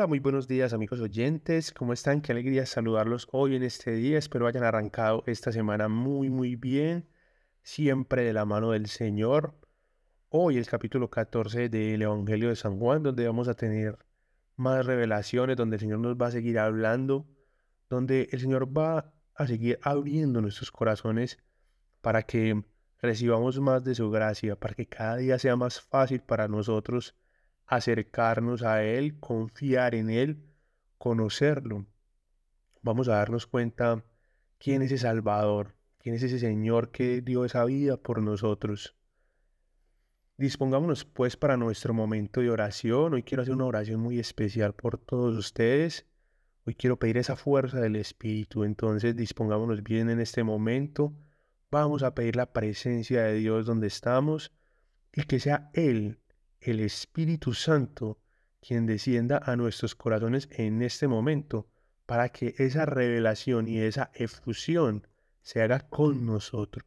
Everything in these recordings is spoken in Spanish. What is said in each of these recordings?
Hola, muy buenos días amigos oyentes, ¿cómo están? Qué alegría saludarlos hoy en este día, espero hayan arrancado esta semana muy bien, siempre de la mano del Señor. Hoy el capítulo 14 del Evangelio de San Juan, donde vamos a tener más revelaciones, donde el Señor nos va a seguir hablando, donde el Señor va a seguir abriendo nuestros corazones para que recibamos más de su gracia, para que cada día sea más fácil para nosotros acercarnos a Él, confiar en Él, conocerlo. Vamos a darnos cuenta quién es ese Salvador, quién es ese Señor que dio esa vida por nosotros. Dispongámonos pues para nuestro momento de oración. Hoy quiero hacer una oración muy especial por todos ustedes. Hoy quiero pedir esa fuerza del Espíritu. Entonces dispongámonos bien en este momento. Vamos a pedir la presencia de Dios donde estamos y que sea Él, el Espíritu Santo, quien descienda a nuestros corazones en este momento para que esa revelación y esa efusión se haga con nosotros.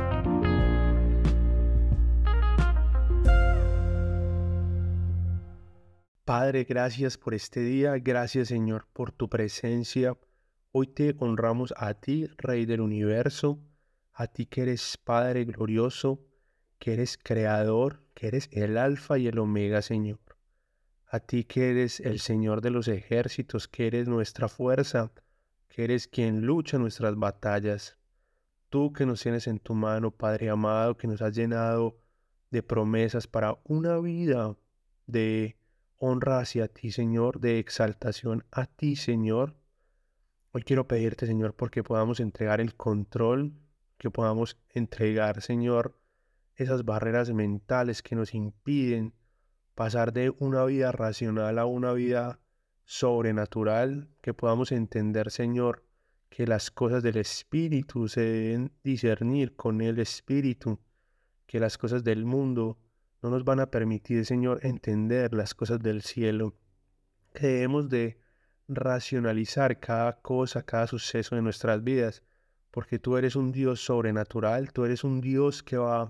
Padre, gracias por este día, gracias Señor por tu presencia. Hoy te honramos a ti, Rey del universo, a ti que eres Padre glorioso, que eres Creador, que eres el Alfa y el Omega, Señor. A ti que eres el Señor de los ejércitos, que eres nuestra fuerza, que eres quien lucha nuestras batallas. Tú que nos tienes en tu mano, Padre amado, que nos has llenado de promesas para una vida de honra hacia ti, Señor, de exaltación a ti, Señor. Hoy quiero pedirte, Señor, porque podamos entregar el control, que podamos entregar, Señor, esas barreras mentales que nos impiden pasar de una vida racional a una vida sobrenatural, que podamos entender, Señor, que las cosas del Espíritu se deben discernir con el Espíritu, que las cosas del mundo no nos van a permitir, Señor, entender las cosas del cielo, que debemos de racionalizar cada cosa, cada suceso de nuestras vidas, porque tú eres un Dios sobrenatural, tú eres un Dios que va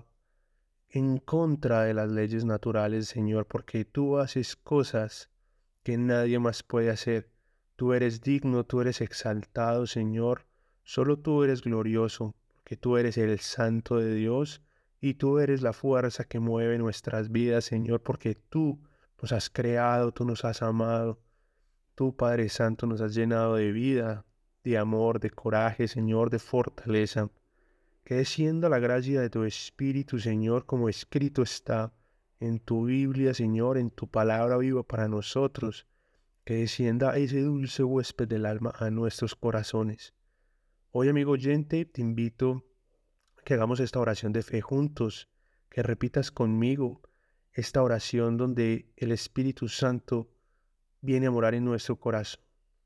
en contra de las leyes naturales, Señor, porque tú haces cosas que nadie más puede hacer. Tú eres digno, tú eres exaltado, Señor. Solo tú eres glorioso, porque tú eres el Santo de Dios y tú eres la fuerza que mueve nuestras vidas, Señor, porque tú nos has creado, tú nos has amado. Tú, Padre Santo, nos has llenado de vida, de amor, de coraje, Señor, de fortaleza. Que descienda la gracia de tu Espíritu, Señor, como escrito está en tu Biblia, Señor, en tu palabra viva para nosotros. Que descienda ese dulce huésped del alma a nuestros corazones. Hoy, amigo oyente, te invito a que hagamos esta oración de fe juntos, que repitas conmigo esta oración donde el Espíritu Santo viene a morar en nuestro corazón.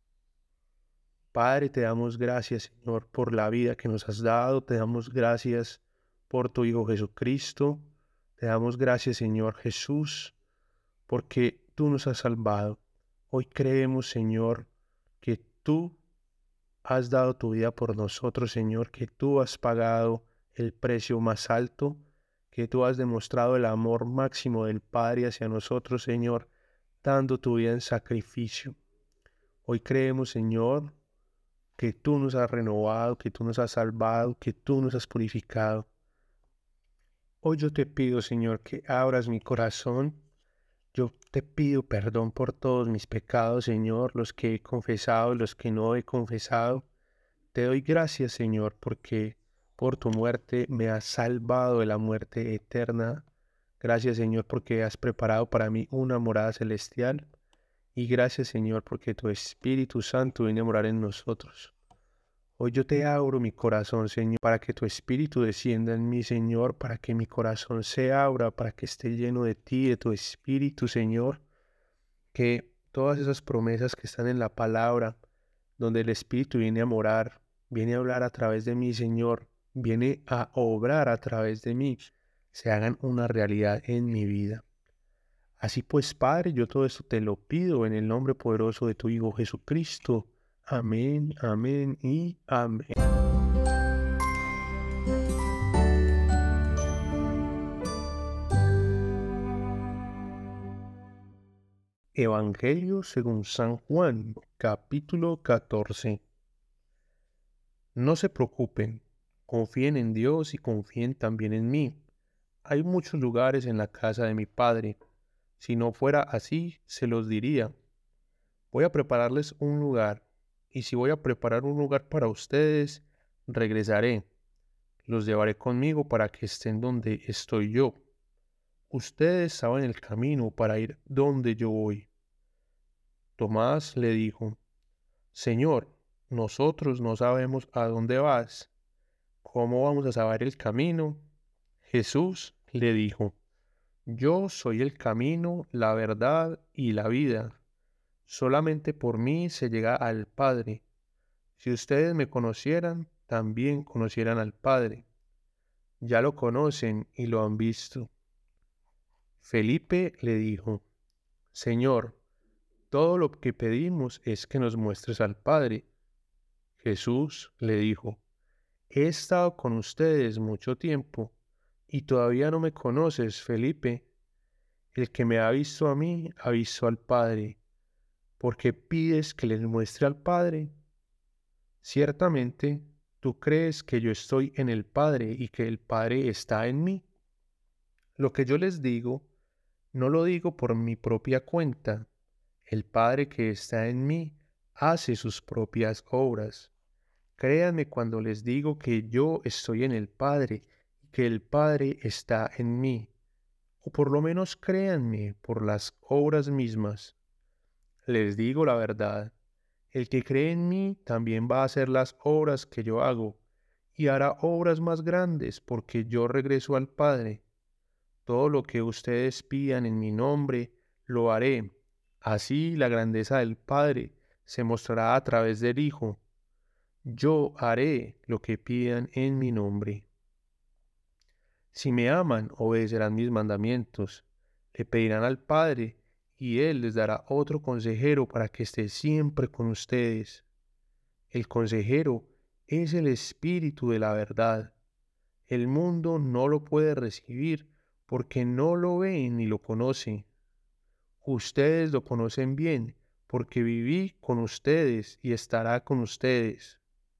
Padre, te damos gracias, Señor, por la vida que nos has dado. Te damos gracias por tu Hijo Jesucristo. Te damos gracias, Señor Jesús, porque tú nos has salvado. Hoy creemos, Señor, que tú has dado tu vida por nosotros, Señor, que tú has pagado el precio más alto, que tú has demostrado el amor máximo del Padre hacia nosotros, Señor, dando tu vida en sacrificio. Hoy creemos, Señor, que tú nos has renovado, que tú nos has salvado, que tú nos has purificado. Hoy yo te pido, Señor, que abras mi corazón. Yo te pido perdón por todos mis pecados, Señor, los que he confesado, los que no he confesado. Te doy gracias, Señor, porque por tu muerte me has salvado de la muerte eterna. Gracias, Señor, porque has preparado para mí una morada celestial. Y gracias, Señor, porque tu Espíritu Santo viene a morar en nosotros. Hoy yo te abro mi corazón, Señor, para que tu Espíritu descienda en mí, Señor, para que mi corazón se abra, para que esté lleno de ti, de tu Espíritu, Señor, que todas esas promesas que están en la palabra, donde el Espíritu viene a morar, viene a hablar a través de mí, Señor, viene a obrar a través de mí, se hagan una realidad en mi vida. Así pues, Padre, yo todo esto te lo pido en el nombre poderoso de tu Hijo Jesucristo. Amén, amén y amén. Evangelio según San Juan, capítulo 14. No se preocupen, confíen en Dios y confíen también en mí. Hay muchos lugares en la casa de mi Padre. Si no fuera así, se los diría. Voy a prepararles un lugar, y si voy a preparar un lugar para ustedes, regresaré. Los llevaré conmigo para que estén donde estoy yo. Ustedes saben el camino para ir donde yo voy. Tomás le dijo: Señor, nosotros no sabemos a dónde vas. ¿Cómo vamos a saber el camino? Jesús le dijo: Yo soy el camino, la verdad y la vida. Solamente por mí se llega al Padre. Si ustedes me conocieran, también conocieran al Padre. Ya lo conocen y lo han visto. Felipe le dijo: Señor, todo lo que pedimos es que nos muestres al Padre. Jesús le dijo: He estado con ustedes mucho tiempo y todavía no me conoces, Felipe. El que me ha visto a mí, ha visto al Padre. ¿Por qué pides que les muestre al Padre? Ciertamente, tú crees que yo estoy en el Padre y que el Padre está en mí. Lo que yo les digo, no lo digo por mi propia cuenta. El Padre que está en mí hace sus propias obras. Créanme cuando les digo que yo estoy en el Padre y que el Padre está en mí. O por lo menos créanme por las obras mismas. Les digo la verdad, el que cree en mí también va a hacer las obras que yo hago, y hará obras más grandes porque yo regreso al Padre. Todo lo que ustedes pidan en mi nombre, lo haré. Así la grandeza del Padre se mostrará a través del Hijo. Yo haré lo que pidan en mi nombre. Si me aman, obedecerán mis mandamientos. Le pedirán al Padre, y Él les dará otro consejero para que esté siempre con ustedes. El consejero es el Espíritu de la verdad. El mundo no lo puede recibir porque no lo ve ni lo conoce. Ustedes lo conocen bien porque viví con ustedes y estará con ustedes.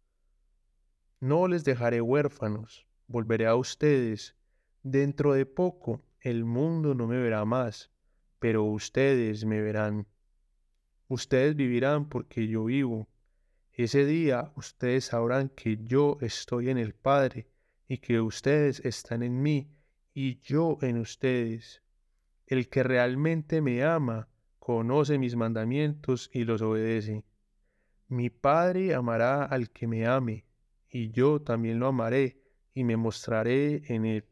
No les dejaré huérfanos, volveré a ustedes. Dentro de poco el mundo no me verá más, pero ustedes me verán. Ustedes vivirán porque yo vivo. Ese día ustedes sabrán que yo estoy en el Padre y que ustedes están en mí y yo en ustedes. El que realmente me ama conoce mis mandamientos y los obedece. Mi Padre amará al que me ame, y yo también lo amaré y me mostraré en él.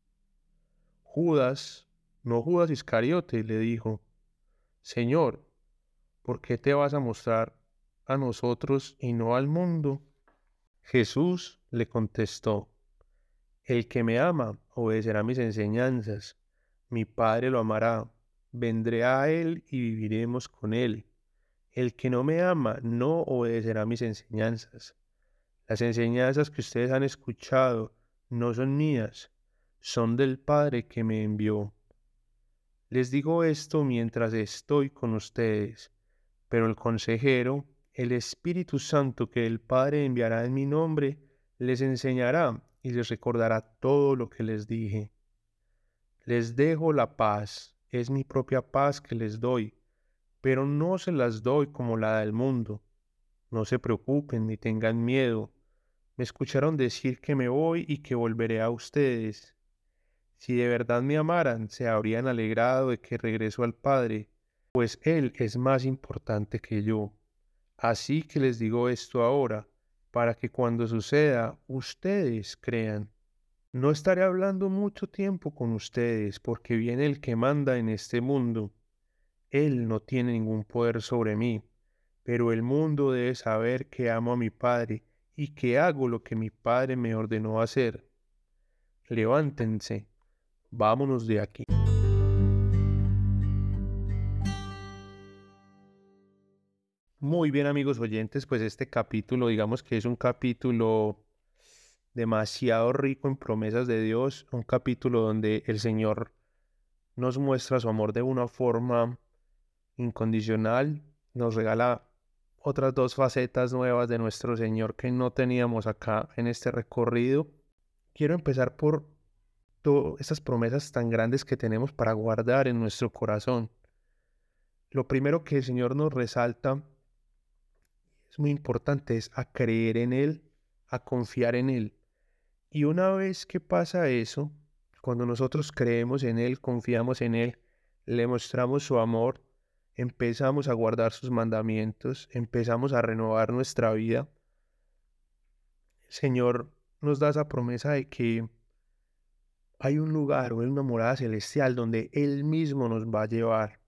Judas, no Judas Iscariote, le dijo: Señor, ¿por qué te vas a mostrar a nosotros y no al mundo? Jesús le contestó: El que me ama obedecerá mis enseñanzas. Mi Padre lo amará. Vendré a él y viviremos con él. El que no me ama no obedecerá mis enseñanzas. Las enseñanzas que ustedes han escuchado no son mías, son del Padre que me envió. Les digo esto mientras estoy con ustedes, pero el consejero, el Espíritu Santo que el Padre enviará en mi nombre, les enseñará y les recordará todo lo que les dije. Les dejo la paz, es mi propia paz que les doy, pero no se las doy como la del mundo. No se preocupen ni tengan miedo. Me escucharon decir que me voy y que volveré a ustedes. Si de verdad me amaran, se habrían alegrado de que regreso al Padre, pues Él es más importante que yo. Así que les digo esto ahora, para que cuando suceda, ustedes crean. No estaré hablando mucho tiempo con ustedes, porque viene el que manda en este mundo. Él no tiene ningún poder sobre mí, pero el mundo debe saber que amo a mi Padre y que hago lo que mi Padre me ordenó hacer. Levántense, vámonos de aquí. Muy bien, amigos oyentes, pues este capítulo, digamos que es un capítulo demasiado rico en promesas de Dios, un capítulo donde el Señor nos muestra su amor de una forma incondicional, nos regala otras dos facetas nuevas de nuestro Señor que no teníamos acá en este recorrido. Quiero empezar por estas promesas tan grandes que tenemos para guardar en nuestro corazón. Lo primero que el Señor nos resalta, es muy importante, es a creer en Él, a confiar en Él. Y una vez que pasa eso, cuando nosotros creemos en Él, confiamos en Él, le mostramos su amor, empezamos a guardar sus mandamientos, empezamos a renovar nuestra vida, el Señor nos da esa promesa de que hay un lugar o una morada celestial donde Él mismo nos va a llevar.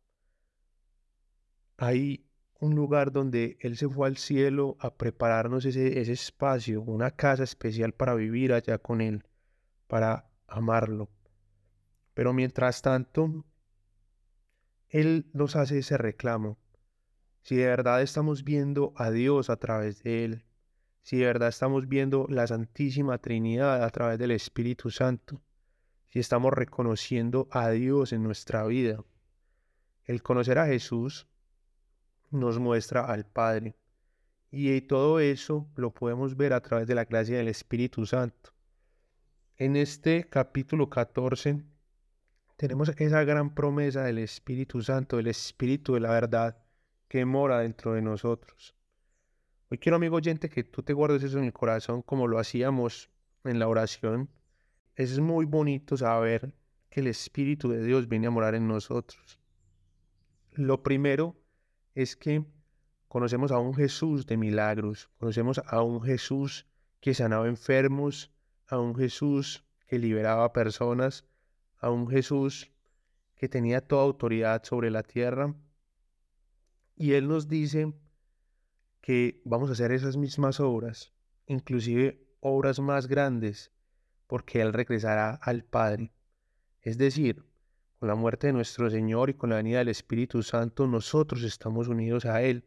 Hay un lugar donde Él se fue al cielo a prepararnos ese espacio, una casa especial para vivir allá con Él, para amarlo. Pero mientras tanto, Él nos hace ese reclamo. Si de verdad estamos viendo a Dios a través de Él, si de verdad estamos viendo la Santísima Trinidad a través del Espíritu Santo, si estamos reconociendo a Dios en nuestra vida, el conocer a Jesús nos muestra al Padre. Y todo eso lo podemos ver a través de la gracia del Espíritu Santo. En este capítulo 14 tenemos esa gran promesa del Espíritu Santo, del Espíritu de la verdad que mora dentro de nosotros. Hoy quiero, amigo oyente, que tú te guardes eso en el corazón como lo hacíamos en la oración. Es muy bonito saber que el Espíritu de Dios viene a morar en nosotros. Lo primero es que conocemos a un Jesús de milagros, conocemos a un Jesús que sanaba enfermos, a un Jesús que liberaba personas, a un Jesús que tenía toda autoridad sobre la tierra. Y Él nos dice que vamos a hacer esas mismas obras, inclusive obras más grandes, porque Él regresará al Padre. Es decir, con la muerte de nuestro Señor y con la venida del Espíritu Santo, nosotros estamos unidos a Él.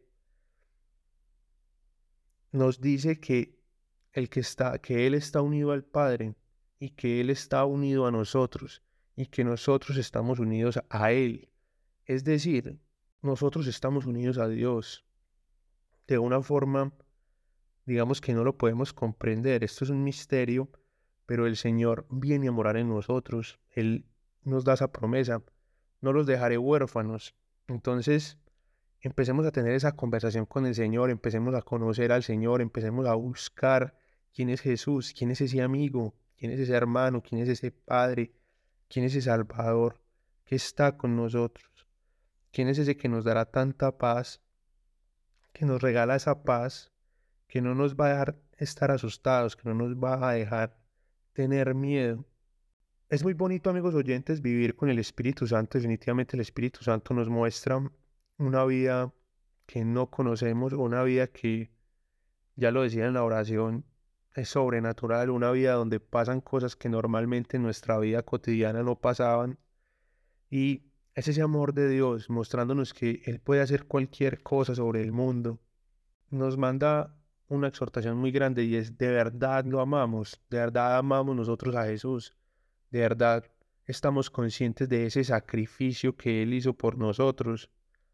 Nos dice que que Él está unido al Padre y que Él está unido a nosotros y que nosotros estamos unidos a Él. Es decir, nosotros estamos unidos a Dios de una forma, digamos que no lo podemos comprender. Esto es un misterio, pero el Señor viene a morar en nosotros. Él nos da esa promesa. No los dejaré huérfanos. Entonces, empecemos a tener esa conversación con el Señor, empecemos a conocer al Señor, empecemos a buscar quién es Jesús, quién es ese amigo, quién es ese hermano, quién es ese Padre, quién es ese Salvador que está con nosotros, quién es ese que nos dará tanta paz, que nos regala esa paz, que no nos va a dejar estar asustados, que no nos va a dejar tener miedo. Es muy bonito, amigos oyentes, vivir con el Espíritu Santo. Definitivamente el Espíritu Santo nos muestra una vida que no conocemos, una vida que, ya lo decía en la oración, es sobrenatural, una vida donde pasan cosas que normalmente en nuestra vida cotidiana no pasaban. Y es ese amor de Dios mostrándonos que Él puede hacer cualquier cosa sobre el mundo. Nos manda una exhortación muy grande y es: de verdad lo amamos, de verdad amamos nosotros a Jesús, de verdad estamos conscientes de ese sacrificio que Él hizo por nosotros.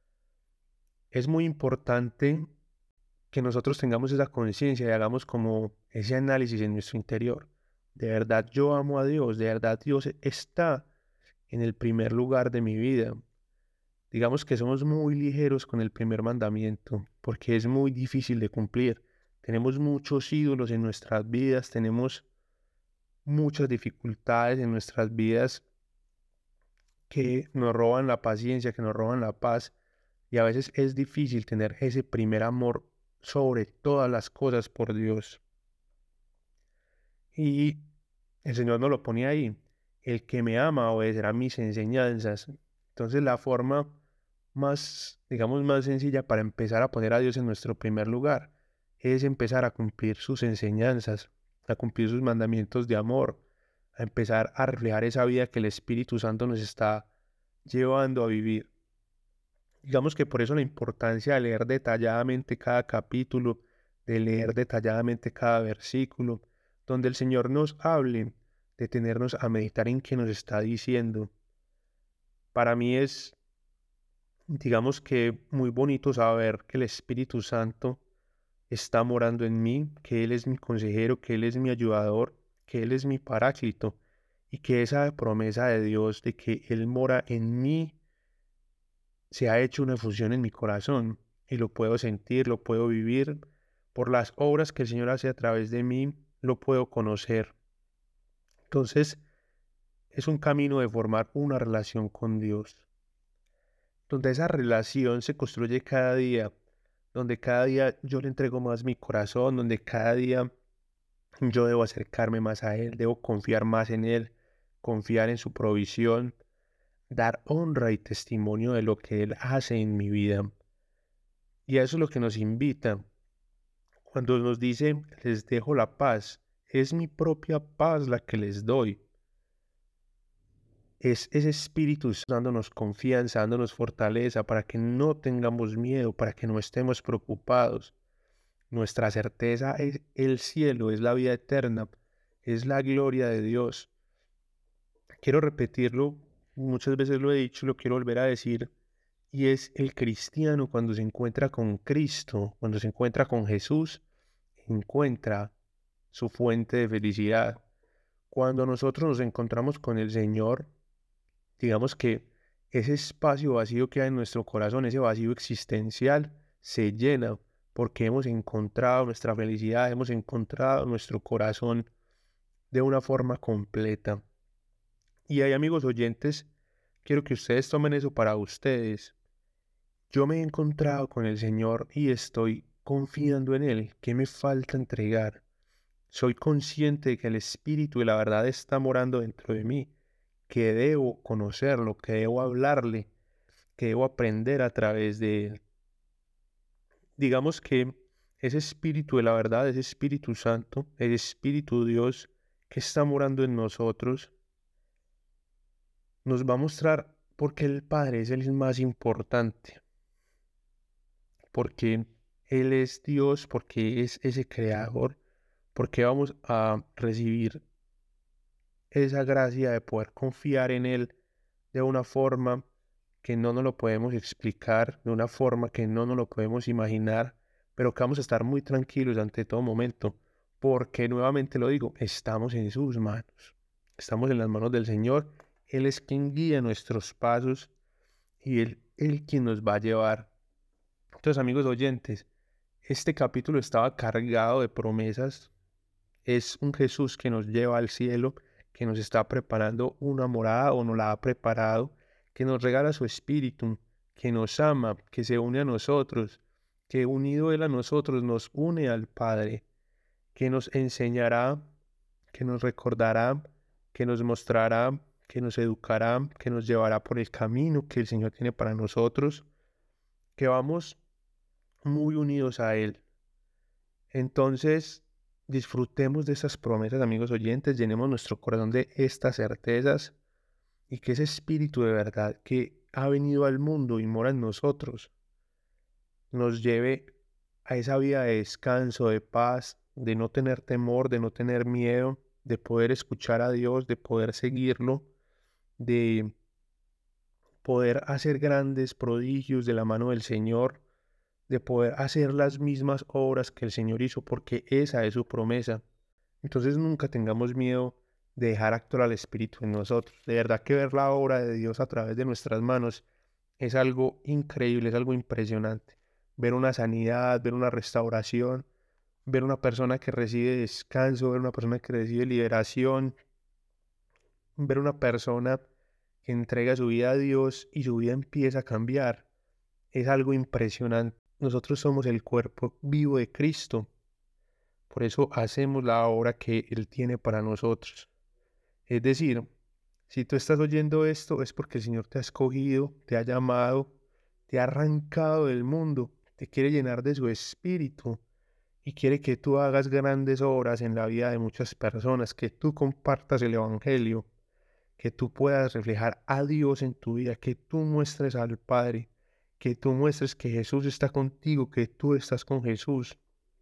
Es muy importante que nosotros tengamos esa conciencia y hagamos como ese análisis en nuestro interior. De verdad yo amo a Dios, de verdad Dios está en el primer lugar de mi vida. Digamos que somos muy ligeros con el primer mandamiento porque es muy difícil de cumplir. Tenemos muchos ídolos en nuestras vidas, tenemos muchas dificultades en nuestras vidas que nos roban la paciencia, que nos roban la paz, y a veces es difícil tener ese primer amor sobre todas las cosas por Dios. Y el Señor nos lo pone ahí: el que me ama obedecerá mis enseñanzas. Entonces la forma más, digamos, más sencilla para empezar a poner a Dios en nuestro primer lugar es empezar a cumplir sus enseñanzas, a cumplir sus mandamientos de amor, a empezar a reflejar esa vida que el Espíritu Santo nos está llevando a vivir. Digamos que por eso la importancia de leer detalladamente cada capítulo, de leer detalladamente cada versículo, donde el Señor nos hable, detenernos a meditar en qué nos está diciendo. Para mí es Digamos que muy bonito saber que el Espíritu Santo está morando en mí, que Él es mi consejero, que Él es mi ayudador, que Él es mi paráclito y que esa promesa de Dios de que Él mora en mí se ha hecho una fusión en mi corazón y lo puedo sentir, lo puedo vivir. Por las obras que el Señor hace a través de mí, lo puedo conocer. Entonces, es un camino de formar una relación con Dios, donde esa relación se construye cada día, donde cada día yo le entrego más mi corazón, donde cada día yo debo acercarme más a Él, debo confiar más en Él, confiar en su provisión, dar honra y testimonio de lo que Él hace en mi vida. Y a eso es lo que nos invita cuando nos dice, les dejo la paz. Es mi propia paz la que les doy. Es ese Espíritu dándonos confianza, dándonos fortaleza para que no tengamos miedo, para que no estemos preocupados. Nuestra certeza es el cielo, es la vida eterna, es la gloria de Dios. Quiero repetirlo, muchas veces lo he dicho, lo quiero volver a decir, y es el cristiano cuando se encuentra con Cristo, cuando se encuentra con Jesús, encuentra su fuente de felicidad. Cuando nosotros nos encontramos con el Señor, digamos que ese espacio vacío que hay en nuestro corazón, ese vacío existencial, se llena porque hemos encontrado nuestra felicidad, hemos encontrado nuestro corazón de una forma completa. Y hay amigos oyentes, quiero que ustedes tomen eso para ustedes. Yo me he encontrado con el Señor y estoy confiando en Él. ¿Qué me falta entregar? Soy consciente de que el Espíritu de la verdad está morando dentro de mí, que debo conocerlo, que debo hablarle, que debo aprender a través de Él. Digamos que ese Espíritu de la verdad, ese Espíritu Santo, el Espíritu Dios que está morando en nosotros, nos va a mostrar por qué el Padre es el más importante, porque Él es Dios, porque es ese creador, porque vamos a recibir esa gracia de poder confiar en Él de una forma que no nos lo podemos explicar, de una forma que no nos lo podemos imaginar, pero que vamos a estar muy tranquilos ante todo momento, porque nuevamente lo digo, estamos en sus manos, estamos en las manos del Señor, Él es quien guía nuestros pasos y Él quien nos va a llevar. Entonces, amigos oyentes, este capítulo estaba cargado de promesas. Es un Jesús que nos lleva al cielo, que nos está preparando una morada o nos la ha preparado, que nos regala su espíritu, que nos ama, que se une a nosotros, que unido Él a nosotros nos une al Padre, que nos enseñará, que nos recordará, que nos mostrará, que nos educará, que nos llevará por el camino que el Señor tiene para nosotros, que vamos muy unidos a Él. Entonces, disfrutemos de esas promesas, amigos oyentes, llenemos nuestro corazón de estas certezas y que ese espíritu de verdad que ha venido al mundo y mora en nosotros nos lleve a esa vida de descanso, de paz, de no tener temor, de no tener miedo, de poder escuchar a Dios, de poder seguirlo, de poder hacer grandes prodigios de la mano del Señor, de poder hacer las mismas obras que el Señor hizo, porque esa es su promesa. Entonces nunca tengamos miedo de dejar actuar al Espíritu en nosotros. De verdad que ver la obra de Dios a través de nuestras manos es algo increíble, es algo impresionante. Ver una sanidad, ver una restauración, ver una persona que recibe descanso, ver una persona que recibe liberación, ver una persona que entrega su vida a Dios y su vida empieza a cambiar. Es algo impresionante. Nosotros somos el cuerpo vivo de Cristo. Por eso hacemos la obra que Él tiene para nosotros. Es decir, si tú estás oyendo esto es porque el Señor te ha escogido, te ha llamado, te ha arrancado del mundo, te quiere llenar de su espíritu y quiere que tú hagas grandes obras en la vida de muchas personas, que tú compartas el Evangelio, que tú puedas reflejar a Dios en tu vida, que tú muestres al Padre, que tú muestres que Jesús está contigo, que tú estás con Jesús.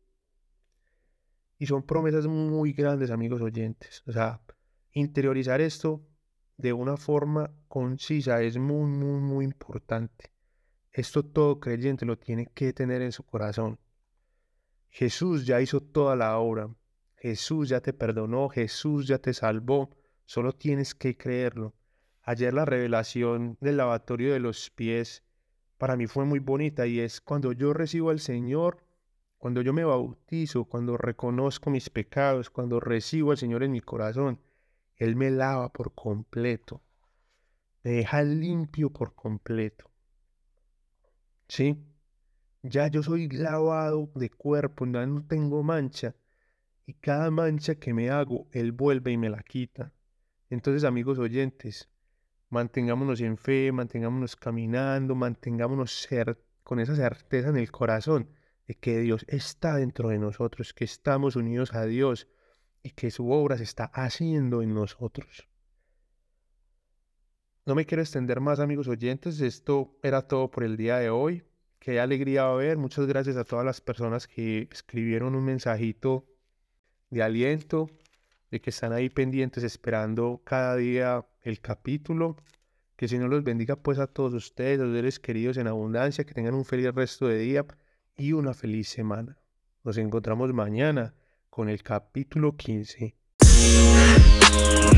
Y son promesas muy grandes, amigos oyentes. O sea, interiorizar esto de una forma concisa es muy, muy, muy importante. Esto todo creyente lo tiene que tener en su corazón. Jesús ya hizo toda la obra. Jesús ya te perdonó, Jesús ya te salvó. Solo tienes que creerlo. Ayer la revelación del lavatorio de los pies para mí fue muy bonita y es cuando yo recibo al Señor, cuando yo me bautizo, cuando reconozco mis pecados, cuando recibo al Señor en mi corazón, Él me lava por completo, me deja limpio por completo. ¿Sí? Ya yo soy lavado de cuerpo, ya no tengo mancha. Y cada mancha que me hago, Él vuelve y me la quita. Entonces, amigos oyentes, mantengámonos en fe, mantengámonos caminando, mantengámonos con esa certeza en el corazón de que Dios está dentro de nosotros, que estamos unidos a Dios y que su obra se está haciendo en nosotros. No me quiero extender más, amigos oyentes. Esto era todo por el día de hoy. Qué alegría ver. Muchas gracias a todas las personas que escribieron un mensajito de aliento, de que están ahí pendientes esperando cada día el capítulo. Que el Señor los bendiga pues a todos ustedes, los seres queridos en abundancia, que tengan un feliz resto de día y una feliz semana. Nos encontramos mañana con el capítulo 15.